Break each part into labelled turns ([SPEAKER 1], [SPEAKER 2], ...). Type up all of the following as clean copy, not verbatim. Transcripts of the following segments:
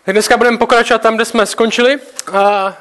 [SPEAKER 1] Tak dneska budeme pokračovat tam, kde jsme skončili. A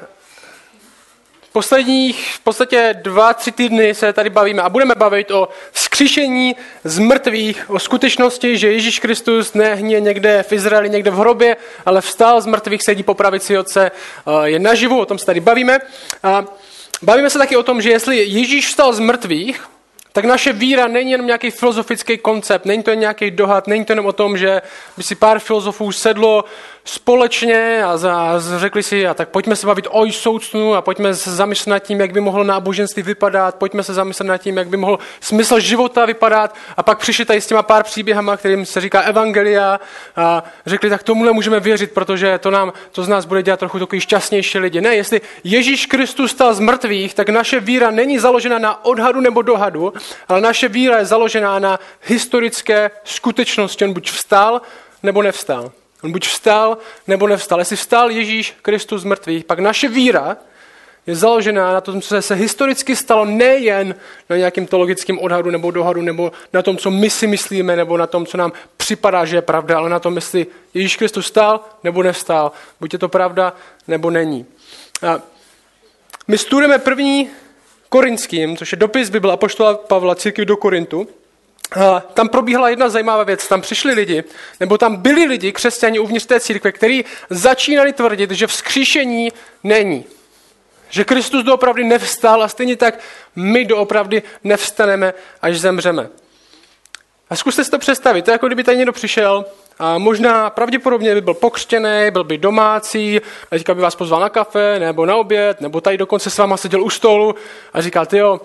[SPEAKER 1] v podstatě 2-3 týdny se tady bavíme a budeme bavit o vzkříšení z mrtvých, o skutečnosti, že Ježíš Kristus nehně někde v Izraeli, někde v hrobě, ale vstal z mrtvých, sedí po pravici Otce, je naživu, o tom se tady bavíme. A bavíme se taky o tom, že jestli Ježíš vstal z mrtvých, tak naše víra není jenom nějaký filozofický koncept, není to jen nějaký dohad, není to jenom o tom, že by si pár filozofů sedlo společně a řekli si, a tak pojďme se bavit o soucnu a pojďme se zamyslet nad tím, jak by mohlo náboženství vypadat, pojďme se zamyslet nad tím, jak by mohl smysl života vypadat a pak přišli tady s těma pár příběhama, kterým se říká evangelia a řekli, tak tomuhle můžeme věřit, protože to z nás bude dělat trochu takový šťastnější lidi. Ne, jestli Ježíš Kristus stal z mrtvých, tak naše víra není založena na odhadu nebo dohadu, ale naše víra je založená na historické skutečnosti. On buď vstal, nebo nevstal. On buď vstal, nebo nevstal. Jestli vstal Ježíš Kristus z mrtvých, pak naše víra je založená na tom, co se historicky stalo, nejen na nějakým teologickém odhadu nebo dohadu, nebo na tom, co my si myslíme, nebo na tom, co nám připadá, že je pravda, ale na tom, jestli Ježíš Kristus vstal, nebo nevstal. Buď je to pravda, nebo není. A my studujeme 1. Korinským, což je dopis Bible apoštola Pavla církvi do Korintu. A tam probíhala jedna zajímavá věc. Tam přišli lidi, nebo tam byli lidi, křesťani uvnitř té církve, kteří začínali tvrdit, že vzkříšení není. Že Kristus doopravdy nevstal a stejně tak my doopravdy nevstaneme, až zemřeme. A zkuste si to představit. To je jako kdyby tady někdo přišel a možná pravděpodobně by byl pokřtěný, byl by domácí, teďka by vás pozval na kafe, nebo na oběd, nebo tady dokonce s váma seděl u stolu a říkal, tyjo,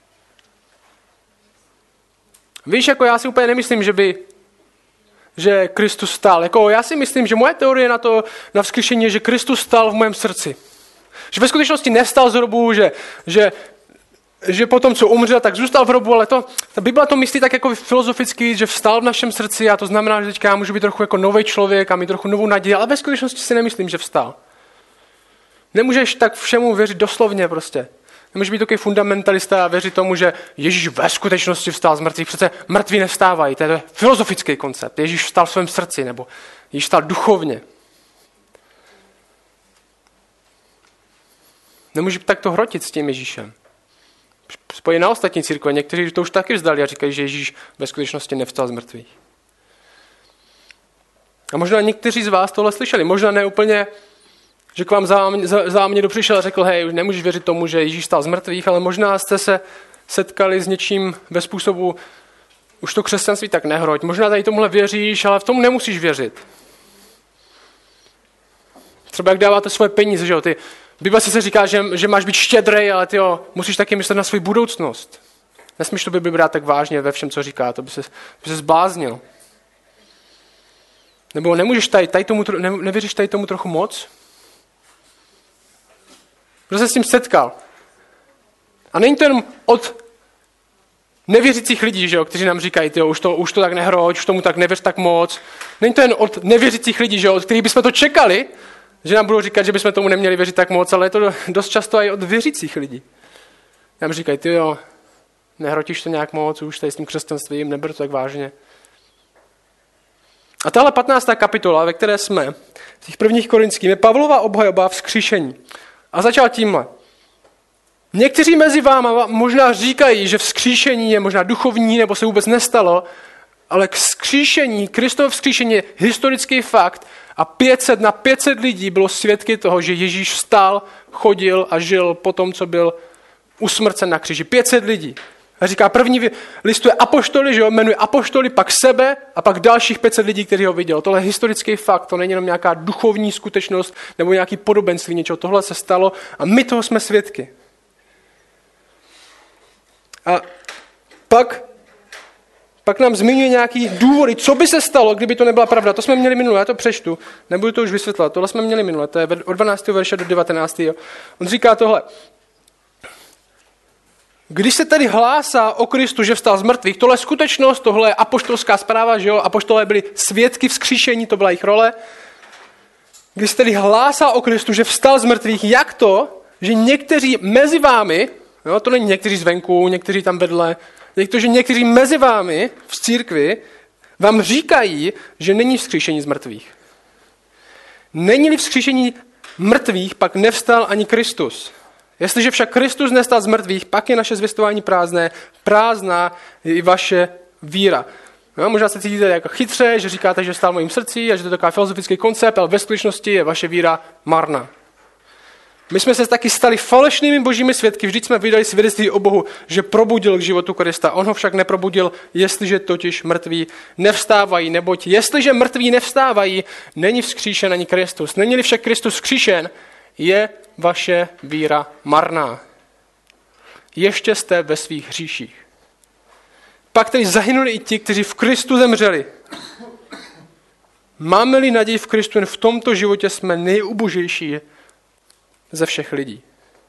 [SPEAKER 1] víš, jako já si úplně nemyslím, že Kristus stál. Jako já si myslím, že moje teorie na vzkříšení je, že Kristus stál v mém srdci. Že ve skutečnosti nevstal z hrobu, že potom, co umřel, tak zůstal v hrobu, ale ta Bible to myslí tak jako filozoficky, že vstal v našem srdci a to znamená, že teďka já můžu být trochu jako nový člověk a mít trochu novou naději, ale ve skutečnosti si nemyslím, že vstal. Nemůžeš tak všemu věřit doslovně prostě. Nemůžeš být takový fundamentalista a věřit tomu, že Ježíš ve skutečnosti vstal z mrtvých. Přece mrtví nevstávají, to je filozofický koncept. Ježíš vstal v svém srdci, nebo Ježíš vstal duchovně. Nemůžeš takto hrotit s tím Ježíšem. Spojí na ostatní církve, někteří to už taky vzdali a říkají, že Ježíš ve skutečnosti nevstal z mrtvých. A možná někteří z vás tohle slyšeli, možná ne úplně, že k vám za někdo přišel a řekl, hej, nemůžeš věřit tomu, že Ježíš stál z mrtvých, ale možná jste se setkali s něčím ve způsobu, už to křesťanství tak nehroď. Možná tady tomuhle věříš, ale v tom nemusíš věřit. Třeba jak dáváte svoje peníze, že jo, Bible se říká, že máš být štědrej, ale tyjo, musíš taky myslet na svou budoucnost. Nesmíš to Bibli brát tak vážně ve všem, co říká, to by se zbláznil. Nebo nemůžeš nevěříš tady tomu trochu moc? Kdo se s tím setkal? A není to jenom od nevěřících lidí, že jo, kteří nám říkají, tyjo, už to tak nehroď, už tomu tak nevěř tak moc. Není to jen od nevěřících lidí, že jo, od kterých bychom to čekali, že nám budou říkat, že bychom tomu neměli věřit tak moc, ale je to dost často i od věřících lidí. Nám říkají, tyjo, nehrotíš to nějak moc, už tady s tím křesťanstvím, neber to tak vážně. A tahle 15. kapitola, ve které jsme, v těch 1. Korinským, je Pavlova obhajoba vzkříšení. A začal tímhle. Někteří mezi váma možná říkají, že vzkříšení je možná duchovní, nebo se vůbec nestalo, ale k vzkříšení, Kristovo vzkříšení je historický fakt a 500 na 500 lidí bylo svědky toho, že Ježíš vstal, chodil a žil po tom, co byl usmrcen na kříži. 500 lidí. A říká, první listuje apoštoly, že jo, jmenuje apoštoly, pak sebe a pak dalších 500 lidí, kteří ho viděl. Tohle je historický fakt, to není jenom nějaká duchovní skutečnost nebo nějaký podobenství něčeho. Tohle se stalo a my toho jsme svědky. A pak nám zmiňuje nějaký důvody, co by se stalo, kdyby to nebyla pravda. To jsme měli minule, já to přečtu, nebudu to už vysvětlovat. Tohle jsme měli minule, to je od 12. verše do 19. On říká tohle. Když se tedy hlásá o Kristu, že vstal z mrtvých, tohle je skutečnost, tohle je apoštolská zpráva, že jo, apoštolé byli svědky vzkříšení, to byla jejich role. Když se tedy hlásá o Kristu, že vstal z mrtvých, jak to, že někteří mezi vámi, jo, to není někteří zvenku, někteří tam vedle, někteří mezi vámi v církvi vám říkají, že není vzkříšení z mrtvých. Není-li vzkříšení mrtvých, pak nevstal ani Kristus. Jestliže však Kristus nestal z mrtvých, pak je naše zvěstování prázdné, prázdná je i vaše víra. No, možná se cítíte jako chytře, že říkáte, že stál v mojím srdci a že to je takový filozofický koncept, ale ve skutečnosti je vaše víra marná. My jsme se taky stali falešnými božími svědky, vždyť jsme vydali svědectví o Bohu, že probudil k životu Krista. On ho však neprobudil, jestliže totiž mrtví nevstávají, neboť jestliže mrtví nevstávají, není vzkříšen ani Kristus. Není-li však Kristus vzkříšen, je vaše víra marná. Ještě jste ve svých hříších. Pak tedy zahynuli i ti, kteří v Kristu zemřeli. Máme-li naději v Kristu, jen v tomto životě jsme nejubožejší ze všech lidí.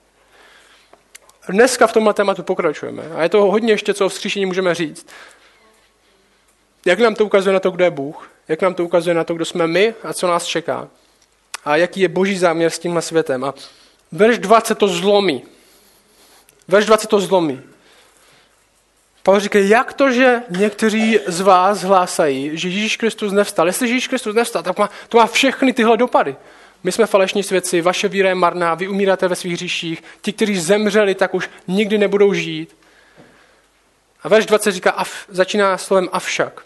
[SPEAKER 1] Dneska v tomhle tématu pokračujeme. A je to hodně ještě, co o vzkříšení můžeme říct. Jak nám to ukazuje na to, kdo je Bůh, jak nám to ukazuje na to, kdo jsme my a co nás čeká. A jaký je boží záměr s tímhle světem. A verš 20 to zlomí. Verš 20 to zlomí. Pavel říká, jak to, že někteří z vás hlásají, že Ježíš Kristus nevstal. Jestli Ježíš Kristus nevstal, tak to má všechny tyhle dopady. My jsme falešní svědci, vaše víra je marná, vy umíráte ve svých hříších, ti, kteří zemřeli, tak už nikdy nebudou žít. A verš 20 říká, začíná slovem avšak.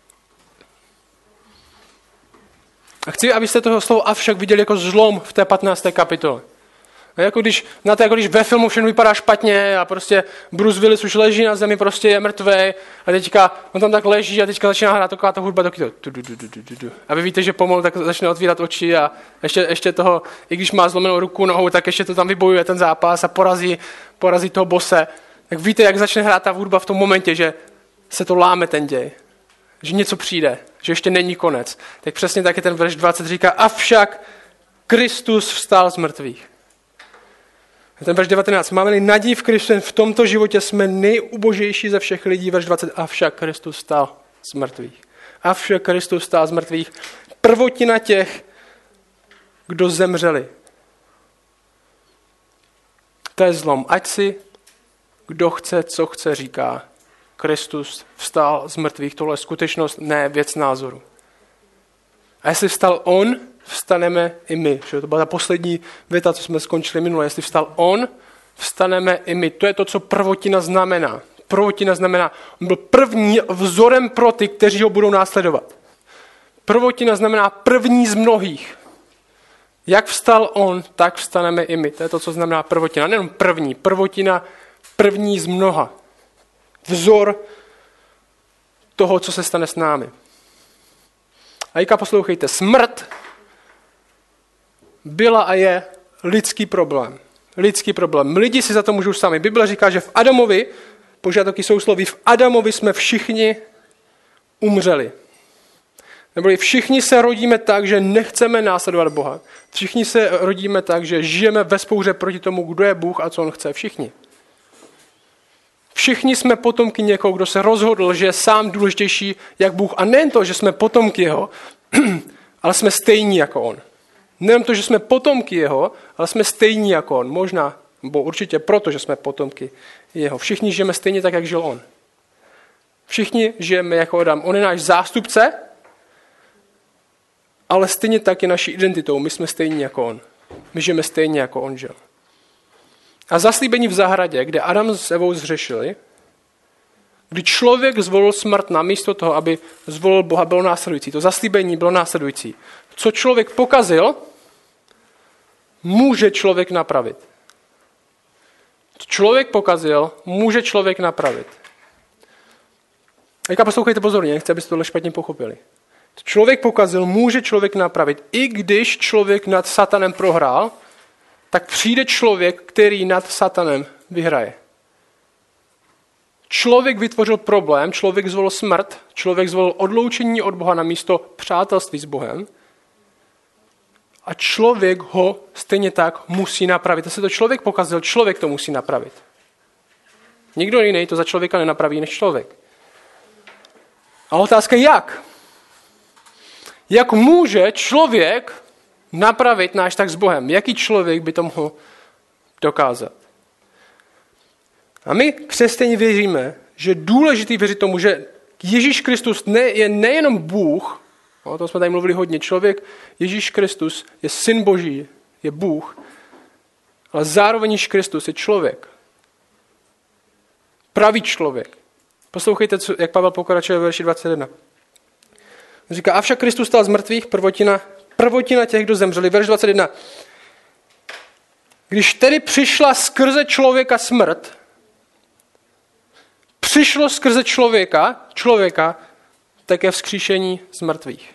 [SPEAKER 1] A chci, abyste toho slovo avšak viděli jako zlom v té 15. kapitole. Jako když ve filmu všechno vypadá špatně a prostě Bruce Willis už leží na zemi, prostě je mrtvej a teďka on tam tak leží a teďka začíná hrát taková ta hudba, taky to. A vy víte, že pomalu tak začne otvírat oči a ještě toho, i když má zlomenou ruku, nohu, tak ještě to tam vybojuje ten zápas a porazí toho bose. Tak víte, jak začne hrát ta hudba v tom momentě, že se to láme ten děj. Že něco přijde, že ještě není konec. Tak přesně taky ten verš 20 říká, avšak Kristus vstal z mrtvých. Ten verš 19. Máme-li naději v Kristu, v tomto životě jsme nejubožejší ze všech lidí. Verš 20. Avšak Kristus vstal z mrtvých. Avšak Kristus vstal z mrtvých. Prvotina těch, kdo zemřeli. To je zlom. Ať si kdo chce, co chce, říká. Kristus vstal z mrtvých. Tohle je skutečnost, ne věc názoru. A jestli vstal on, vstaneme i my. To byla ta poslední věta, co jsme skončili minule. Jestli vstal on, vstaneme i my. To je to, co prvotina znamená. Prvotina znamená, on byl první vzorem pro ty, kteří ho budou následovat. Prvotina znamená první z mnohých. Jak vstal on, tak vstaneme i my. To je to, co znamená prvotina. Nejenom první. Prvotina, první z mnoha. Vzor toho, co se stane s námi. A teďka poslouchejte. Smrt byla a je lidský problém. Lidský problém. Lidi si za to můžou sami. Bible říká, že v Adamovi, požádoky sousloví, v Adamovi jsme všichni umřeli. Neboli všichni se rodíme tak, že nechceme následovat Boha. Všichni se rodíme tak, že žijeme ve spouře proti tomu, kdo je Bůh a co on chce. Všichni. Všichni jsme potomky někoho, kdo se rozhodl, že je sám důležitější jak Bůh. A nejen to, že jsme potomky jeho, ale jsme stejní jako on. Nejen to, že jsme potomky jeho, ale jsme stejní jako on. Možná, nebo určitě proto, že jsme potomky jeho. Všichni žijeme stejně tak, jak žil on. Všichni žijeme jako Adam. On je náš zástupce, ale stejně tak je naší identitou. My jsme stejní jako on. My žijeme stejně, jako on žil. A zaslíbení v zahradě, kde Adam s Evou zřešili, kdy člověk zvolil smrt namísto toho, aby zvolil Boha, bylo následující. To zaslíbení bylo následující. Co člověk pokazil, může člověk napravit. Co člověk pokazil, může člověk napravit. Teďka poslouchejte pozorně, nechci, abyste tohle špatně pochopili. Co člověk pokazil, může člověk napravit. I když člověk nad satanem prohrál, tak přijde člověk, který nad satanem vyhraje. Člověk vytvořil problém, člověk zvolil smrt, člověk zvolil odloučení od Boha na místo přátelství s Bohem a člověk ho stejně tak musí napravit. Jestli to člověk pokazil, člověk to musí napravit. Nikdo jiný to za člověka nenapraví než člověk. A otázka jak? Jak může člověk napravit náš tak s Bohem? Jaký člověk by to mohl dokázat? A my křesťané věříme, že je důležitý věřit tomu, že Ježíš Kristus je nejenom Bůh, O tom jsme tady mluvili hodně. Člověk, Ježíš Kristus, je syn Boží, je Bůh, ale zároveň Ježíš Kristus je člověk. Pravý člověk. Poslouchejte, jak Pavel pokračuje ve verši 21. On říká, avšak Kristus stal z mrtvých, prvotina těch, kdo zemřeli. Verš 21. Když tedy přišla skrze člověka smrt, přišlo skrze člověka, také vzkříšení z mrtvých.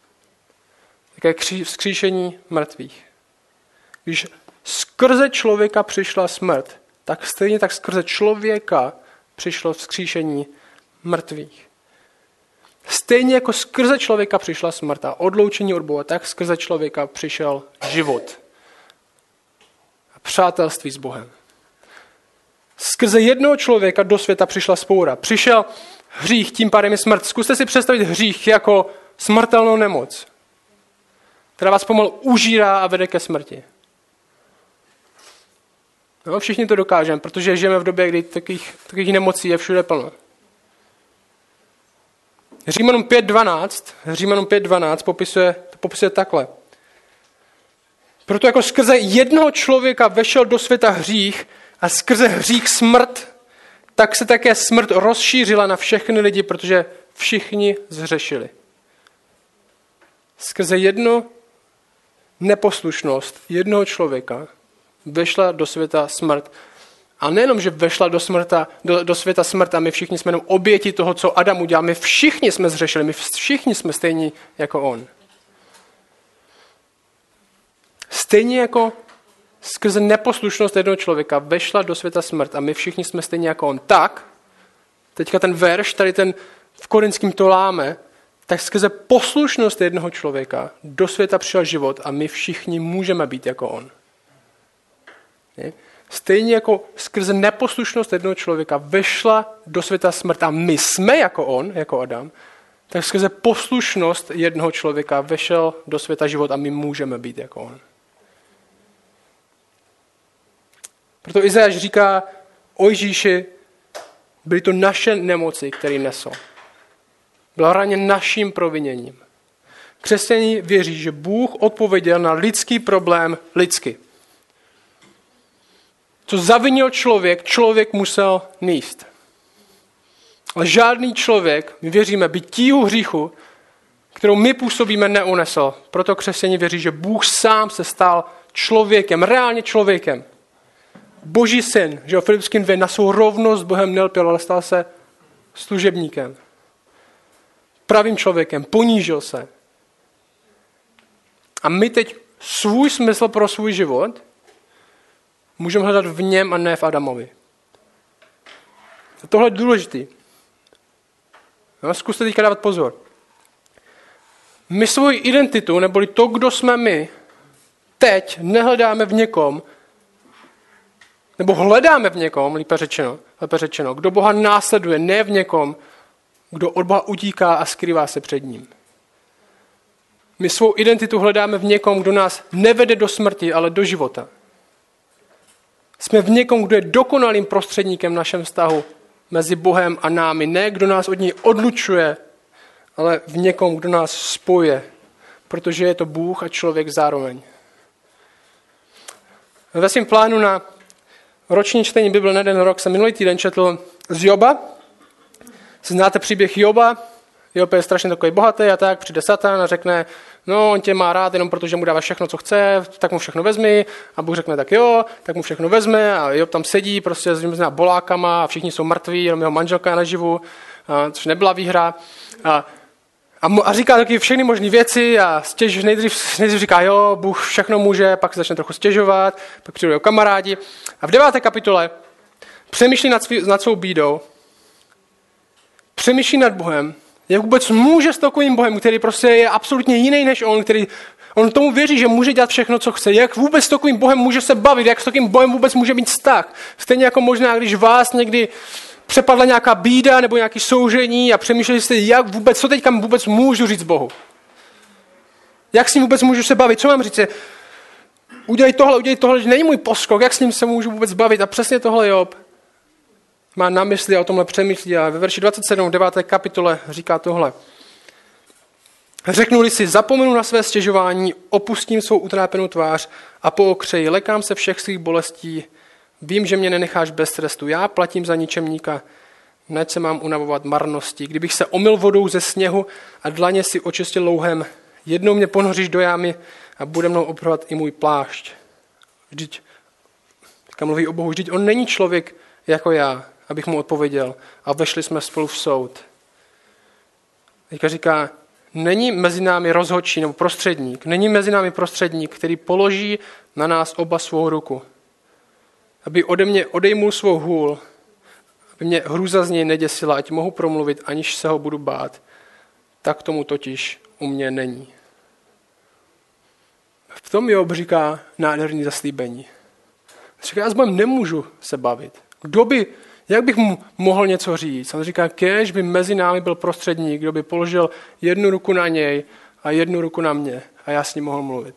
[SPEAKER 1] Také vzkříšení mrtvých. Když skrze člověka přišla smrt, tak stejně tak skrze člověka přišlo vzkříšení mrtvých. Stejně jako skrze člověka přišla smrt a odloučení od Boha, tak skrze člověka přišel život a přátelství s Bohem. Skrze jednoho člověka do světa přišla vzpoura. Přišel hřích, tím pádem je smrt. Zkuste si představit hřích jako smrtelnou nemoc, která vás pomalu užírá a vede ke smrti. No, všichni to dokážeme, protože žijeme v době, kdy takových nemocí je všude plno. Římanům 5.12 popisuje takhle. Proto jako skrze jednoho člověka vešel do světa hřích a skrze hřích smrt, tak se také smrt rozšířila na všechny lidi, protože všichni zhřešili. Skrze jednu neposlušnost jednoho člověka vešla do světa smrt. A nejenom, že vešla do světa smrt a my všichni jsme jenom oběti toho, co Adam udělal. My všichni jsme zhřešili, my všichni jsme stejní jako on. Stejně jako skrze neposlušnost jednoho člověka vešla do světa smrt a my všichni jsme stejně jako on. Tak, teďka ten verš, tady ten v Korinském to láme, tak skrze poslušnost jednoho člověka do světa přišel život a my všichni můžeme být jako on. Je? Stejně jako skrze neposlušnost jednoho člověka vešla do světa smrt a my jsme jako on, jako Adam, tak skrze poslušnost jednoho člověka vešel do světa život a my můžeme být jako on. Proto Izajáš říká o Ježíši, byly to naše nemoci, které nesou. Byl raněn naším proviněním. Křesťané věří, že Bůh odpověděl na lidský problém lidsky. Co zavinil člověk musel nést. Ale žádný člověk, my věříme, by tíhu hříchu, kterou my působíme, neunesl. Proto křesťané věří, že Bůh sám se stal člověkem, reálně člověkem. Boží syn, že o Filipským 2 na svou rovnost s Bohem nelpěl, ale stal se služebníkem. Pravým člověkem, ponížil se. A my teď svůj smysl pro svůj život můžeme hledat v něm a ne v Adamovi. A tohle je důležitý. No, zkuste teďka dávat pozor. My svoji identitu, neboli to, kdo jsme my, teď nehledáme v někom, nebo hledáme v někom, lépe řečeno, kdo Boha následuje, ne v někom, kdo od Boha utíká a skrývá se před ním. My svou identitu hledáme v někom, kdo nás nevede do smrti, ale do života. Jsme v někom, kdo je dokonalým prostředníkem v našem vztahu mezi Bohem a námi. Ne, kdo nás od něj odlučuje, ale v někom, kdo nás spojuje. Protože je to Bůh a člověk zároveň. Ve svém plánu na roční čtení Bible na jeden rok jsem minulý týden četl z Joba. Znáte příběh Joba? Job je strašně takový bohatý a tak přijde Satan a řekne, no on tě má rád jenom proto, že mu dává všechno, co chce, tak mu všechno vezmi. A Bůh řekne, tak jo, tak mu všechno vezme a Job tam sedí prostě s různými bolákama a všichni jsou mrtví, jenom jeho manželka je naživu, což nebyla výhra. A říká taky všechny možné věci a nejdřív říká, jo, Bůh všechno může, pak se začne trochu stěžovat, pak přijdou jeho kamarádi. A v 9. kapitole přemýšlí nad svou bídou, přemýšlí nad Bohem, jak vůbec může s takovým Bohem, který prostě je absolutně jiný než on tomu věří, že může dělat všechno, co chce. Jak vůbec s takovým Bohem může se bavit, jak s takovým Bohem vůbec může mít vztah. Stejně jako možná, když vás někdy přepadla nějaká bída nebo nějaké soužení a přemýšleli jste, jak vůbec, co teďka vůbec můžu říct Bohu. Jak s ním vůbec můžu se bavit, co mám říct? Udělej tohle, že není můj poskok, jak s ním se můžu vůbec bavit. A přesně tohle Job má na mysli a o tomhle přemýšlí a ve verši 27, 9. kapitole říká tohle. Řeknu-li si, zapomenu na své stěžování, opustím svou utrápenou tvář a po okřeji, lekám se všech svých bolestí, vím, že mě nenecháš bez trestu, já platím za ničemníka, nať se mám unavovat marnosti. Kdybych se omyl vodou ze sněhu a dlaně si očistil louhem, jednou mě ponoříš do jámy a bude mnou oprovat i můj plášť. Vždyť, teďka mluví o Bohu, vždyť on není člověk jako já, abych mu odpověděl a vešli jsme spolu v soud. Teďka říká, není mezi námi rozhodčí nebo prostředník, není mezi námi prostředník, který položí na nás oba svou ruku, aby ode mě odejmul svou hůl, aby mě hrůza z něj neděsila, ať mohu promluvit, aniž se ho budu bát. Tak tomu totiž u mě není. V tom Job říká nádherný zaslíbení. Říká, já s Bohem nemůžu se bavit. Jak bych mu mohl něco říct? On říká, kéž by mezi námi byl prostředník, kdo by položil jednu ruku na něj a jednu ruku na mě a já s ním mohl mluvit.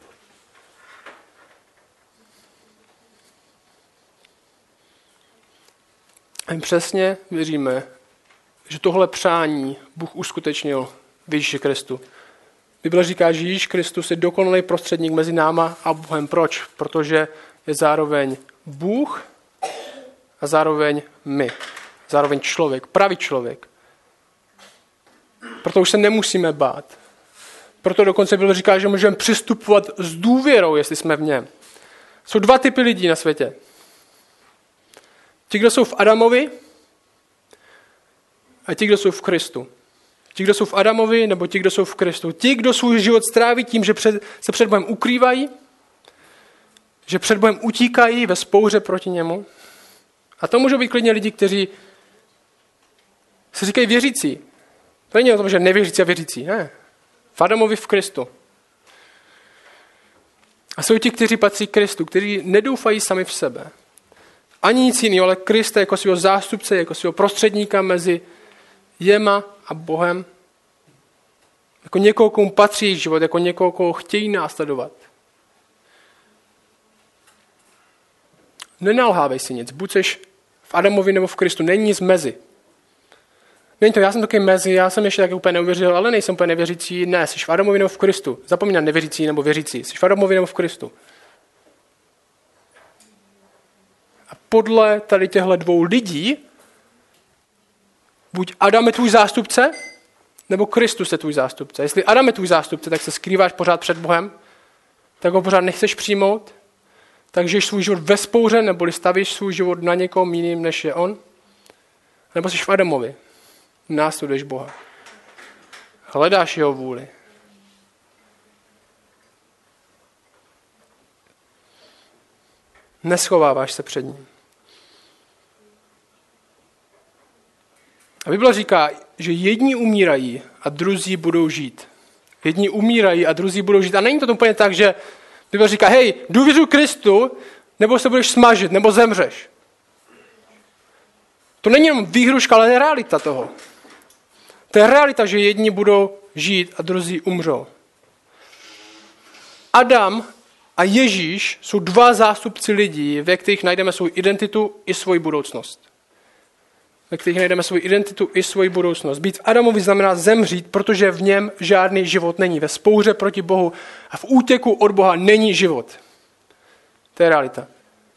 [SPEAKER 1] A my přesně věříme, že tohle přání Bůh uskutečnil v Ježíši Kristu. Bible říká, že Ježíš Kristus je dokonalý prostředník mezi náma a Bohem. Proč? Protože je zároveň Bůh a zároveň my. Zároveň člověk, pravý člověk. Proto už se nemusíme bát. Proto dokonce Bible říká, že můžeme přistupovat s důvěrou, jestli jsme v něm. Jsou dva typy lidí na světě. Ti, kdo jsou v Adamovi a ti, kdo jsou v Kristu. Ti, kdo jsou v Adamovi, nebo ti, kdo jsou v Kristu. Ti, kdo svůj život stráví tím, že se před Bohem ukrývají, že před Bohem utíkají ve spouře proti němu. A to můžou být klidně lidi, kteří se říkají věřící. To není o tom, že nevěřící a věřící. Ne. V Adamovi, v Kristu. A jsou ti, kteří patří Kristu, kteří nedoufají sami v sebe. Ani nic jiného, ale Krista jako svého zástupce, jako svého prostředníka mezi jema a Bohem. Jako někoho, komu patří jejich život, jako někoho, koho chtějí následovat. Nenalhávej si nic. Buď seš v Adamovi nebo v Kristu. Není nic mezi. Není to, já jsem taky mezi, já jsem ještě taky úplně neuvěřil, ale nejsem úplně nevěřící. Ne, jsi v Adamovi nebo v Kristu. Zapomíná nevěřící nebo věřící. Jsi v Adamovi nebo v Kristu. A podle tady těchto dvou lidí buď Adam je tvůj zástupce, nebo Kristus je tvůj zástupce. Jestli Adam je tvůj zástupce, tak se skrýváš pořád před Bohem, tak ho pořád nechceš přijmout, tak žiješ svůj život ve spouře, neboli stavíš svůj život na někom jiným, než je on, nebo jsi v Adamovi. Následuješ Boha. Hledáš jeho vůli. Neschováváš se před ním. A Bible říká, že jedni umírají a druzí budou žít. Jedni umírají a druzí budou žít. A není to úplně tak, že Bible říká, hej, důvěřuj Kristu, nebo se budeš smažit, nebo zemřeš. To není jenom výhruška, ale je realita toho. To je realita, že jedni budou žít a druzí umřou. Adam a Ježíš jsou dva zástupci lidí, ve kterých najdeme svou identitu i svoji budoucnost. Ve kterých najdeme svou identitu i svoji budoucnost. Být v Adamovi znamená zemřít, protože v něm žádný život není. Ve spouře proti Bohu a v útěku od Boha není život. To je realita.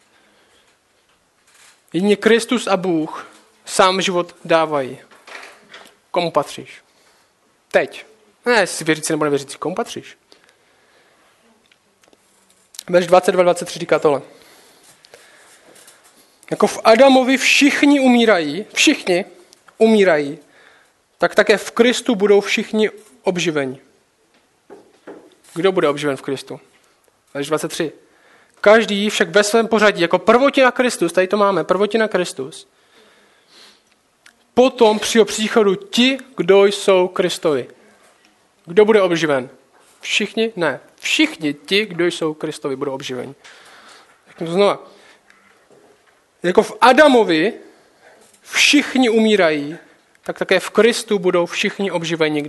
[SPEAKER 1] Jedině Kristus a Bůh sám život dávají. Komu patříš? Teď. Ne, jestli věřící nebo nevěřící. Komu patříš? Verš 22-23 říká tohle. Jako v Adamovi všichni umírají, tak také v Kristu budou všichni obživeni. Kdo bude obživen v Kristu? Verš 23. Každý však ve svém pořadí, jako prvotina Kristus, tady to máme, prvotina Kristus, potom při jeho příchodu ti, kdo jsou Kristovi. Kdo bude obživen? Všichni? Ne. Všichni ti, kdo jsou Kristovi, budou obživeni. Tak znova. Jako v Adamovi všichni umírají, tak také v Kristu budou všichni obživeni,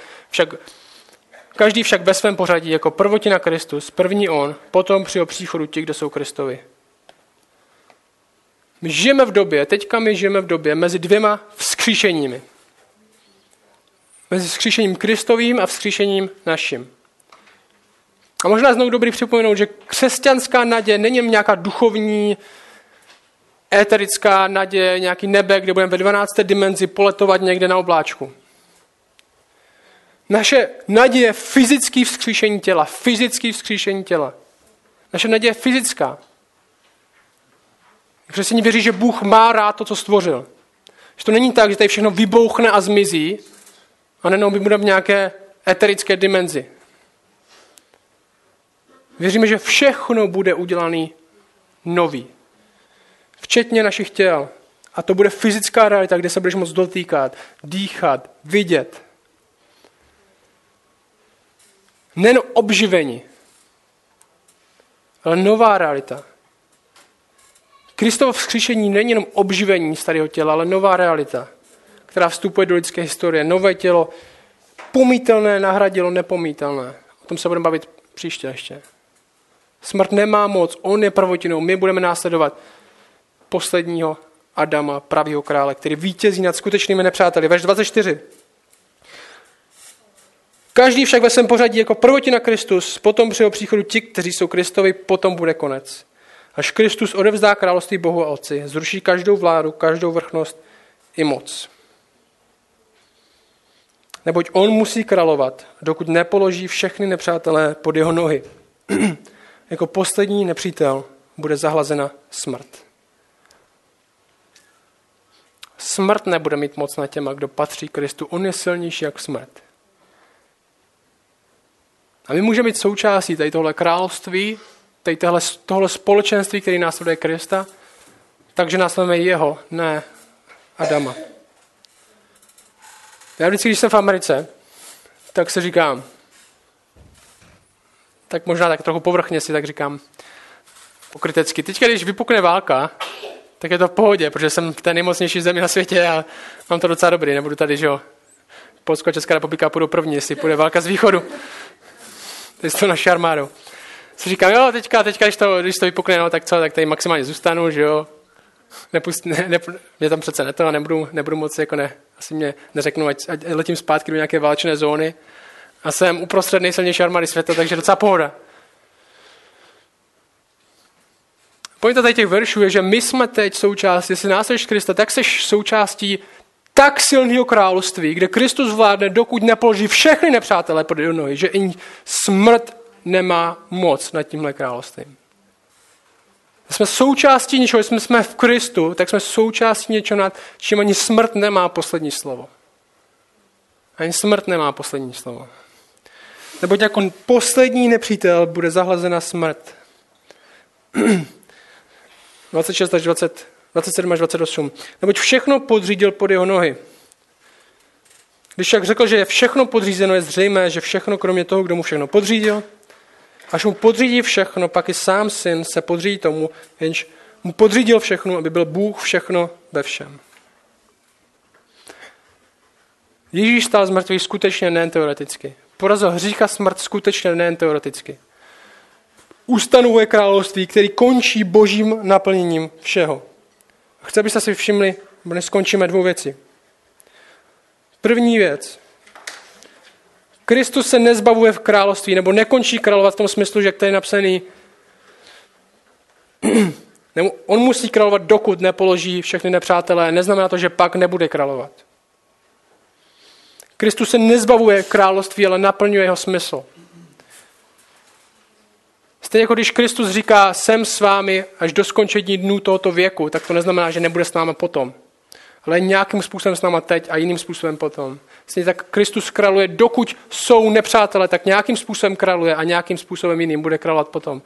[SPEAKER 1] každý však ve svém pořadí, jako prvotina Kristus, první on, potom při jeho příchodu ti, kdo jsou Kristovi. My žijeme v době mezi dvěma vzkříšeními. mezi vzkříšením Kristovým a vzkříšením naším. A možná znovu dobrý připomenout, že křesťanská naděje není nějaká duchovní, éterická naděje, nějaký nebe, kde budeme ve 12. dimenzi poletovat někde na obláčku. Naše naděje je fyzické vzkříšení těla. Fyzické vzkříšení těla. Naše naděje je fyzická. Křesťané věří, že Bůh má rád to, co stvořil. Že to není tak, že tady všechno vybouchne a zmizí, a nejenom bude v nějaké éterické dimenzi. Věříme, že všechno bude udělané nový. Včetně našich těl. A to bude fyzická realita, kde se budeš moct dotýkat, dýchat, vidět. Nejen obživení, ale nová realita. Kristovo vzkříšení není jenom obživení starého těla, ale nová realita, která vstupuje do lidské historie. Nové tělo, pomítelné nahradilo nepomítelné. O tom se budeme bavit příště ještě. Smrt nemá moc, on je prvotinou, my budeme následovat posledního Adama, pravýho krále, který vítězí nad skutečnými nepřáteli. Verš 24. Každý však ve svém pořadí jako prvotina Kristus, potom při jeho příchodu ti, kteří jsou Kristovi, potom bude konec. Až Kristus odevzdá království Bohu a Otci, zruší každou vládu, každou vrchnost i moc. Neboť on musí královat, dokud nepoloží všechny nepřátelé pod jeho nohy. Jako poslední nepřítel bude zahlazena smrt. Smrt nebude mít moc na těma, kdo patří Kristu. On je silnější jak smrt. A my můžeme být součástí tady tohle království, tady tohle společenství, který následuje Krista, takže následujeme jeho, ne Adama. Já vždycky, když jsem v Americe, tak se říkám, tak možná tak trochu povrchně si tak říkám, pokrytecky. Teď, když vypukne válka, tak je to v pohodě, protože jsem v té nejmocnější zemi na světě a mám to docela dobrý. Nebudu tady, že jo, Polsko a Česká republika půjdou první, jestli půjde válka z východu. To je to naší armádou. Si říkám, jo, teďka když to vypukne, no, tak co, tak tady maximálně zůstanu, že jo. Mě tam přece neto a nebudu moc, jako asi mě neřeknu, ať letím zpátky do nějaké válečné zóny. A jsem uprostřed nejsilnější armády světa, takže docela pohoda. Pointa tady těch veršů je, že my jsme teď součástí, jestli následuješ Krista, tak seš součástí tak silného království, kde Kristus vládne, dokud nepoloží všechny nepřátelé pod jeho nohy, že i smrt nemá moc nad tímhle královstvím. Jsme součástí něčeho, jestli jsme v Kristu, tak jsme součástí něčeho, nad čím ani smrt nemá poslední slovo. Ani smrt nemá poslední slovo. Neboť jako poslední nepřítel bude zahlazena smrt. 26 až 20, 27 až 28. Neboť všechno podřídil pod jeho nohy. Když však řekl, že je všechno podřízeno, je zřejmé, že všechno kromě toho, kdo mu všechno podřídil, až mu podřídí všechno, pak i sám syn se podřídí tomu, jenž mu podřídil všechno, aby byl Bůh všechno ve všem. Ježíš stál z mrtvých skutečně, nejen teoreticky. Porazil hřích a smrt skutečně, nejen teoreticky. Ustanovuje království, který končí božím naplněním všeho. Chci, abyste si všimli, než skončíme, dvou věcí. První věc. Kristus se nezbavuje v království, nebo nekončí královat v tom smyslu, že jak tady je napsaný, on musí královat, dokud nepoloží všechny nepřátelé. Neznamená to, že pak nebude královat. Kristus se nezbavuje království, ale naplňuje jeho smysl. Stejně jako když Kristus říká, jsem s vámi až do skončení dnů tohoto věku, tak to neznamená, že nebude s námi potom. Ale nějakým způsobem s námi teď a jiným způsobem potom. Stejně tak Kristus králuje, dokud jsou nepřátelé, tak nějakým způsobem králuje a nějakým způsobem jiným bude královat potom.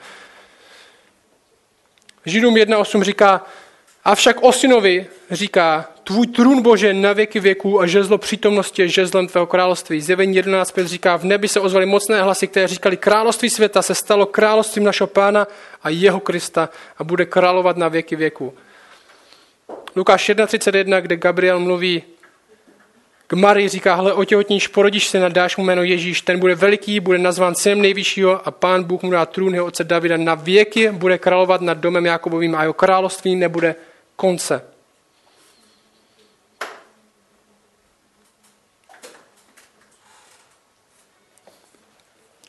[SPEAKER 1] Židům 1.8 říká, avšak o synovi říká, tvůj trůn Bože na věky věků a žezlo přítomnosti je žezlem tvého království. Zjevení 11.5 říká, v nebi se ozvaly mocné hlasy, které říkali, království světa se stalo královstvím našeho Pána a jeho Krista a bude královat na věky věků. Lukáš 1.31, kde Gabriel mluví k Marii, říká, hle, otěhotníš, porodíš syna, dáš mu jméno Ježíš, ten bude veliký, bude nazván synem nejvyššího a Pán Bůh mu dá trůn jeho otce Davida, na věky bude královat nad domem Jakobovým a jeho království nebude konce.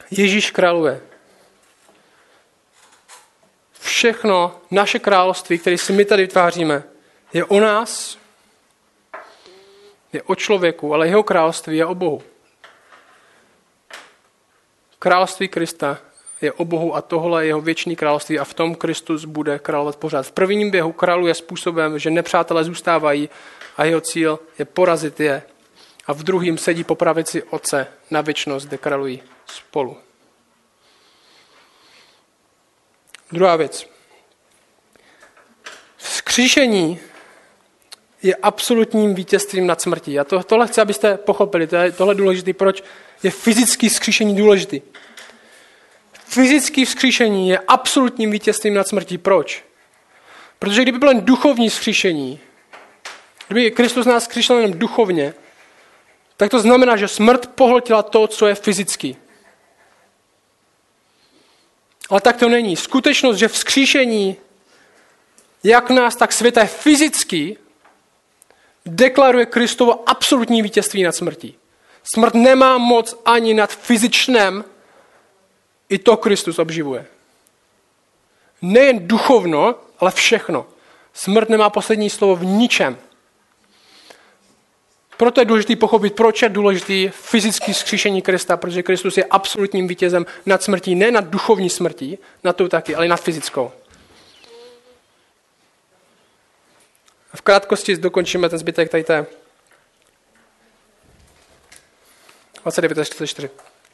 [SPEAKER 1] Ježíš králuje. Všechno naše království, které si my tady vytváříme, je o nás, je o člověku, ale jeho království je o Bohu. Království Krista je o Bohu a tohle je jeho věčný království a v tom Kristus bude královat pořád. V prvním běhu králuje způsobem, že nepřátelé zůstávají a jeho cíl je porazit je. A v druhém sedí po pravici Otce na věčnost, kde králují spolu. Druhá věc. Vzkříšení je absolutním vítězstvím nad smrtí. A tohle chci, abyste pochopili. Tohle je důležité. Proč je fyzické vzkříšení důležité? Fyzické vzkříšení je absolutním vítězstvím nad smrtí. Proč? Protože kdyby bylo jen duchovní vzkříšení, kdyby Kristus nás vzkříšil jenom duchovně, tak to znamená, že smrt pohltila to, co je fyzický. Ale tak to není. Skutečnost, že vzkříšení jak nás, tak světa je fyzický, deklaruje Kristovo absolutní vítězství nad smrtí. Smrt nemá moc ani nad fyzičném, i to Kristus obživuje. Nejen duchovno, ale všechno. Smrt nemá poslední slovo v ničem. Proto je důležité pochopit, proč je důležité fyzické vzkříšení Krista, protože Kristus je absolutním vítězem nad smrtí, ne nad duchovní smrtí, nad tou taky, ale nad fyzickou. V krátkosti dokončíme ten zbytek tady té 29 až 44.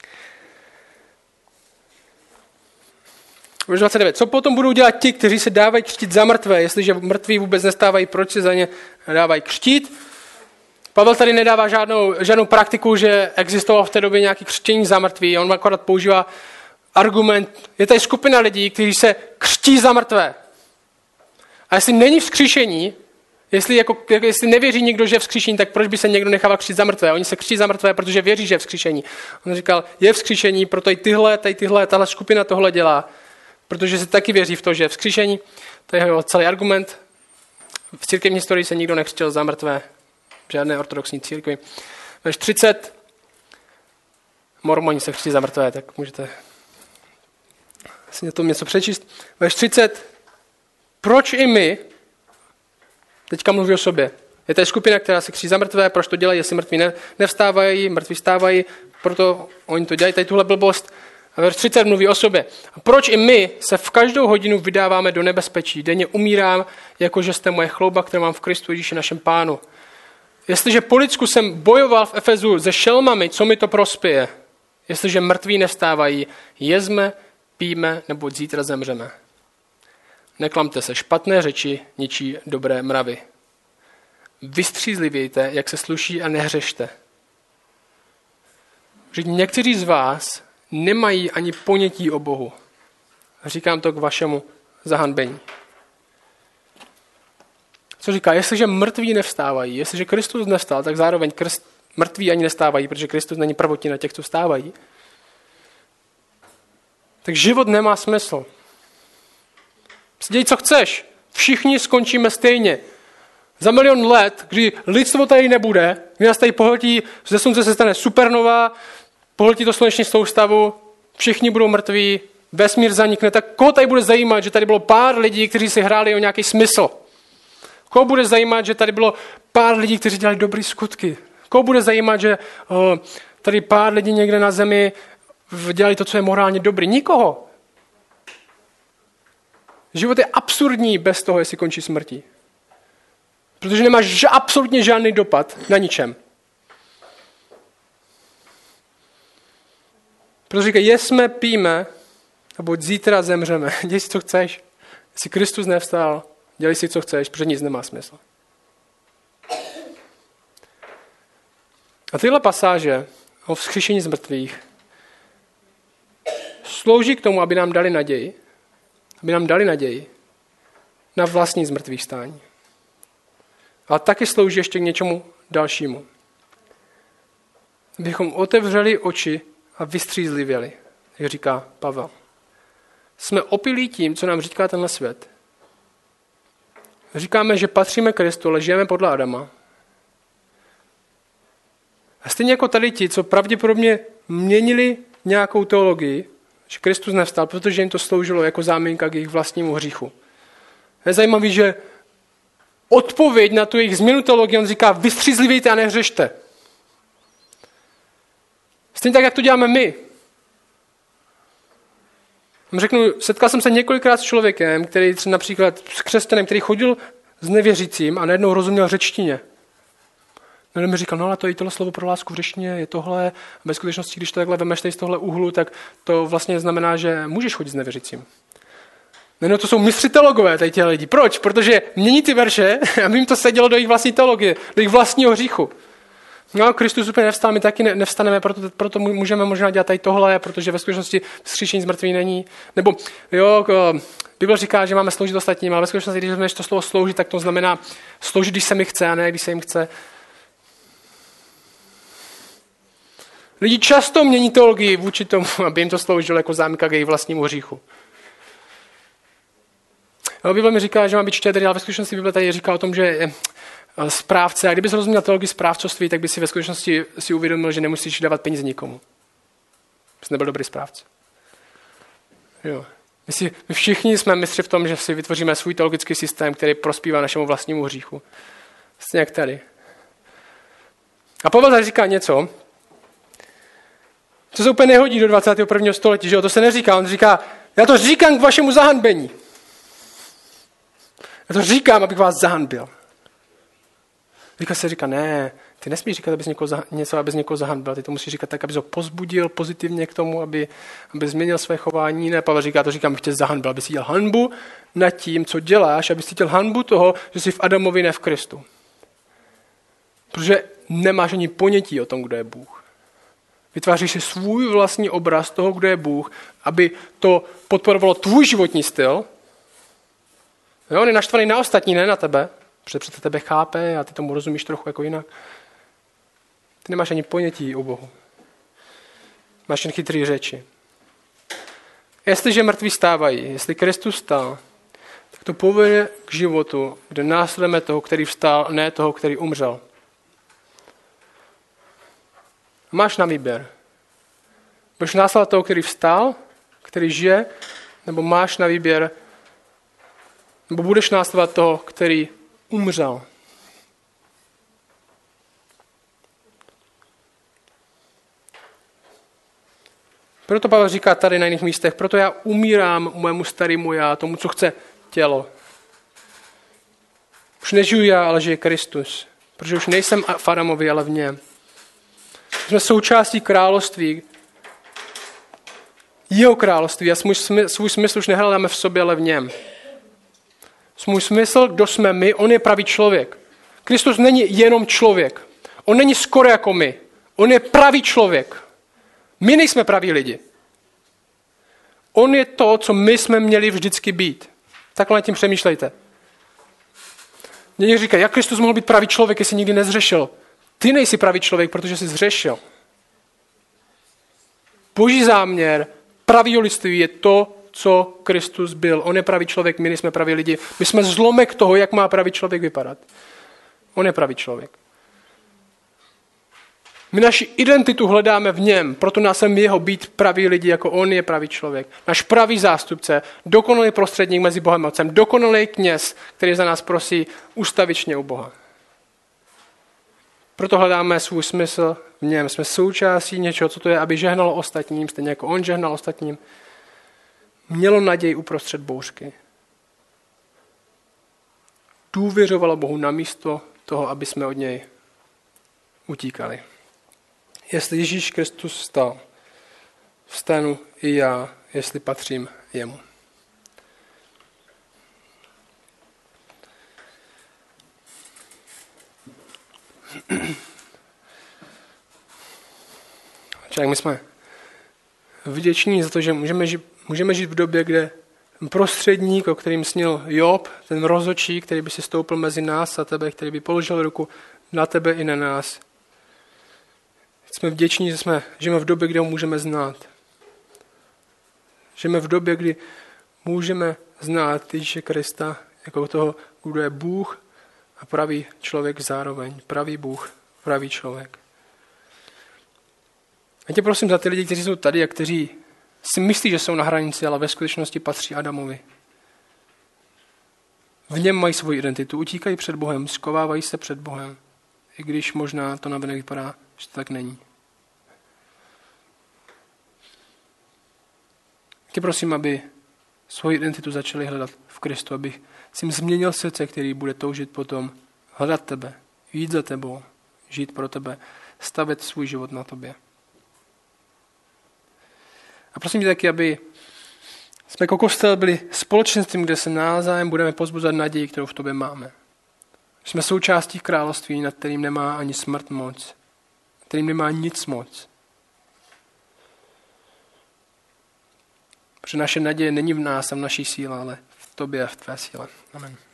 [SPEAKER 1] Verš 29. Co potom budou dělat ti, kteří se dávají křtít za mrtvé, jestliže mrtví vůbec nestávají, proč se za ně dávají křtít? Pavel tady nedává žádnou praktiku, že existovalo v té době nějaké křtění za mrtví. On akorát používá argument. Je tady skupina lidí, kteří se křtí za mrtvé. A jestli není vzkříšení, jestli nevěří někdo, že je vzkříšení, tak proč by se někdo nechával křtít za mrtvé? Oni se křtí za mrtvé, protože věří, že je vzkříšení. On říkal, je vzkříšení, proto i tahle skupina tohle dělá. Protože se taky věří v to, že je vzkříšení. To je jeho celý argument. V církevní historii se nikdo nekřtil za mrtvé. Žádné ortodoxní církvi. Verš 30. Mormoni se křtí za mrtvé, tak můžete si to něco přečíst. Verš 30. Proč i my, teďka mluví o sobě, je tady skupina, která se křtí za mrtvé, proč to dělají, jestli mrtví nevstávají, mrtví vstávají, proto oni to dělají, tady tuhle blbost. A verš 30 mluví o sobě. A proč i my se v každou hodinu vydáváme do nebezpečí? Denně umírám, jakože jste moje chlouba, kterou mám v Kristu Ježíši našem Pánu. Jestliže po lidsku jsem bojoval v Efezu se šelmami, co mi to prospěje? Jestliže mrtví nevstávají, jezme, pijme, nebo zítra zemřeme. Neklamte se, špatné řeči ničí dobré mravy. Vystřízlivějte, jak se sluší a nehřešte. Že někteří z vás nemají ani ponětí o Bohu. Říkám to k vašemu zahanbení. Co říká? Jestliže mrtví nevstávají, jestliže Kristus nevstal, tak zároveň mrtví ani nestávají, protože Kristus není prvotina těch, co vstávají. Tak život nemá smysl. Děj, co chceš. Všichni skončíme stejně. Za 1 000 000 let, kdy lidstvo tady nebude, kdy nás tady pohltí, ze slunce se stane supernova, pohltí to sluneční soustavu, všichni budou mrtví, vesmír zanikne, tak koho tady bude zajímat, že tady bylo pár lidí, kteří si hráli o nějaký smysl? Koho bude zajímat, že tady bylo pár lidí, kteří dělali dobré skutky? Koho bude zajímat, že tady pár lidí někde na zemi dělali to, co je morálně dobrý? Nikoho. Život je absurdní bez toho, jestli končí smrtí. Protože nemá absolutně žádný dopad na ničem. Protože říká, jesme, pijme, a buď zítra zemřeme. Dělej si, co chceš. Jestli Kristus nevstal, dělej si, co chceš, protože nic nemá smysl. A tyhle pasáže o vzkříšení z mrtvých slouží k tomu, aby nám dali naději na vlastní zmrtvých stání. Ale taky slouží ještě k něčemu dalšímu. Abychom otevřeli oči a vystřízlivěli, jak říká Pavel. Jsme opilí tím, co nám říká tenhle svět. Říkáme, že patříme Kristu, ale žijeme podle Adama. A stejně jako tady ti, co pravděpodobně měnili nějakou teologii, že Kristus nevstal, protože jim to sloužilo jako záminka k jejich vlastnímu hříchu. Je zajímavé, že odpověď na tu jejich změnu teologie, on říká, vystřízlivějte a nehřešte. Stejně tak, jak to děláme my. Řeknu, setkal jsem se několikrát s člověkem, který například s křesťanem, který chodil s nevěřícím a najednou rozuměl řečtině. No, mi říkal, no ale to je tohle slovo pro lásku v řečtině, je tohle. A ve skutečnosti, když to takhle vemeš z tohle úhlu, tak to vlastně znamená, že můžeš chodit s nevěřícím. No, to jsou mistři teologové, tady těch lidi. Proč? Protože mění ty verše a my jim to sedělo do jejich vlastní teologie, do jejich vlastního hříchu. No, Kristus úplně nevstal, my taky nevstaneme, proto můžeme možná dělat tady tohle, protože ve skutečnosti vzkříšení z mrtvých není. Nebo jo, Bible říká, že máme sloužit ostatním, ale ve skutečnosti, když vezmeš to slovo sloužit, tak to znamená sloužit, když se mi chce, a ne když se jim chce. Lidi často mění teologii vůči tomu, aby jim to sloužilo jako záminka k jejich vlastnímu hříchu. Bible mi říká, že má být štědrý, ale ve skutečnosti Bible tady říká o tom, že je správce. A kdyby jsi rozuměl teologii správcovství, tak by si ve skutečnosti si uvědomil, že nemusíš dávat peníze nikomu. Jsi nebyl dobrý správce. Jo. My všichni jsme mistři v tom, že si vytvoříme svůj teologický systém, který prospívá našemu vlastnímu hříchu. Stejně jak tady. A Pavel tady říká něco, co se úplně nehodí do 21. století, že jo? To se neříká. On říká, já to říkám k vašemu zahanbení. Já to říkám, abych vás zahanbil. Říká, ne, ty nesmíš říkat, abys někoho zahanbil. Ty to musíš říkat tak, abys ho pozbudil pozitivně k tomu, aby změnil své chování. Ne, Pavel říká, to říkám, abych tě zahanbil, abys cítil hanbu nad tím, co děláš, abys cítil hanbu toho, že jsi v Adamovi, ne v Kristu. Protože nemáš ani ponětí o tom, kdo je Bůh. Vytváříš si svůj vlastní obraz toho, kdo je Bůh, aby to podporovalo tvůj životní styl. Jo, on je naštvaný na ostatní, ne na tebe. Protože přece tebe chápe a ty tomu rozumíš trochu jako jinak. Ty nemáš ani ponětí o Bohu. Máš jen chytrý řeči. Jestliže mrtví stávají, jestli Kristus stál, tak to povede k životu, kde následujeme toho, který vstál, ne toho, který umřel. Máš na výběr. Budeš následovat toho, který vstál, který žije, nebo máš na výběr, nebo budeš následovat toho, který umřel. Proto Pavel říká tady na jiných místech, proto já umírám mému starému já, tomu, co chce tělo. Už nežiju já, ale žije Kristus. Protože už nejsem v Adamovi, ale v něm. Jsme součástí království, jeho království a svůj smysl už nehledáme v sobě, ale v něm. Svůj smysl, kdo jsme my, on je pravý člověk. Kristus není jenom člověk. On není skoro jako my. On je pravý člověk. My nejsme praví lidi. On je to, co my jsme měli vždycky být. Takhle nad tím přemýšlejte. Někdo říká, jak Kristus mohl být pravý člověk, jestli nikdy nezřešil. Ty nejsi pravý člověk, protože jsi zřešil. Boží záměr pravýho lidství je to, co Kristus byl. On je pravý člověk, my nejsme praví lidi. My jsme zlomek toho, jak má pravý člověk vypadat. On je pravý člověk. My naši identitu hledáme v něm, proto nás sem jeho být pravý lidi, jako on je pravý člověk. Náš pravý zástupce, dokonalý prostředník mezi Bohem a Otcem, dokonalý kněz, který za nás prosí ustavičně u Boha. Proto hledáme svůj smysl v něm. Jsme součástí něčeho, co to je, aby žehnalo ostatním, stejně jako on žehnal ostatním. Mělo naději uprostřed bouřky. Důvěřovalo Bohu namísto toho, aby jsme od něj utíkali. Jestli Ježíš Kristus vstal, vstanu i já, jestli patřím jemu. Čak, my jsme vděční za to, že můžeme žít v době, kde prostředník, o kterým snil Job, ten rozhodčí, který by si stoupil mezi nás a tebe, který by položil ruku na tebe i na nás. Jsme vděční, že žijeme v době, kde ho můžeme znát. Žijeme v době, kdy můžeme znát Ježíše Krista jako toho, kdo je Bůh a pravý člověk zároveň. Pravý Bůh, pravý člověk. Já tě prosím za ty lidi, kteří jsou tady a kteří si myslí, že jsou na hranici, ale ve skutečnosti patří Adamovi. V něm mají svoji identitu, utíkají před Bohem, skovávají se před Bohem, i když možná to navenek vypadá, že to tak není. Tě prosím, aby svoji identitu začali hledat v Kristu, aby si jim změnil srdce, který bude toužit potom hledat tebe, jít za tebou, žít pro tebe, stavět svůj život na tobě. A prosím tě taky, aby jsme jako kostel byli společenstvím, kde se navzájem budeme pozbuzovat naději, kterou v tobě máme. Jsme součástí království, nad kterým nemá ani smrt moc, nad kterým nemá nic moc. Protože naše naděje není v nás a v naší síle, ale v tobě a v tvé síle. Amen.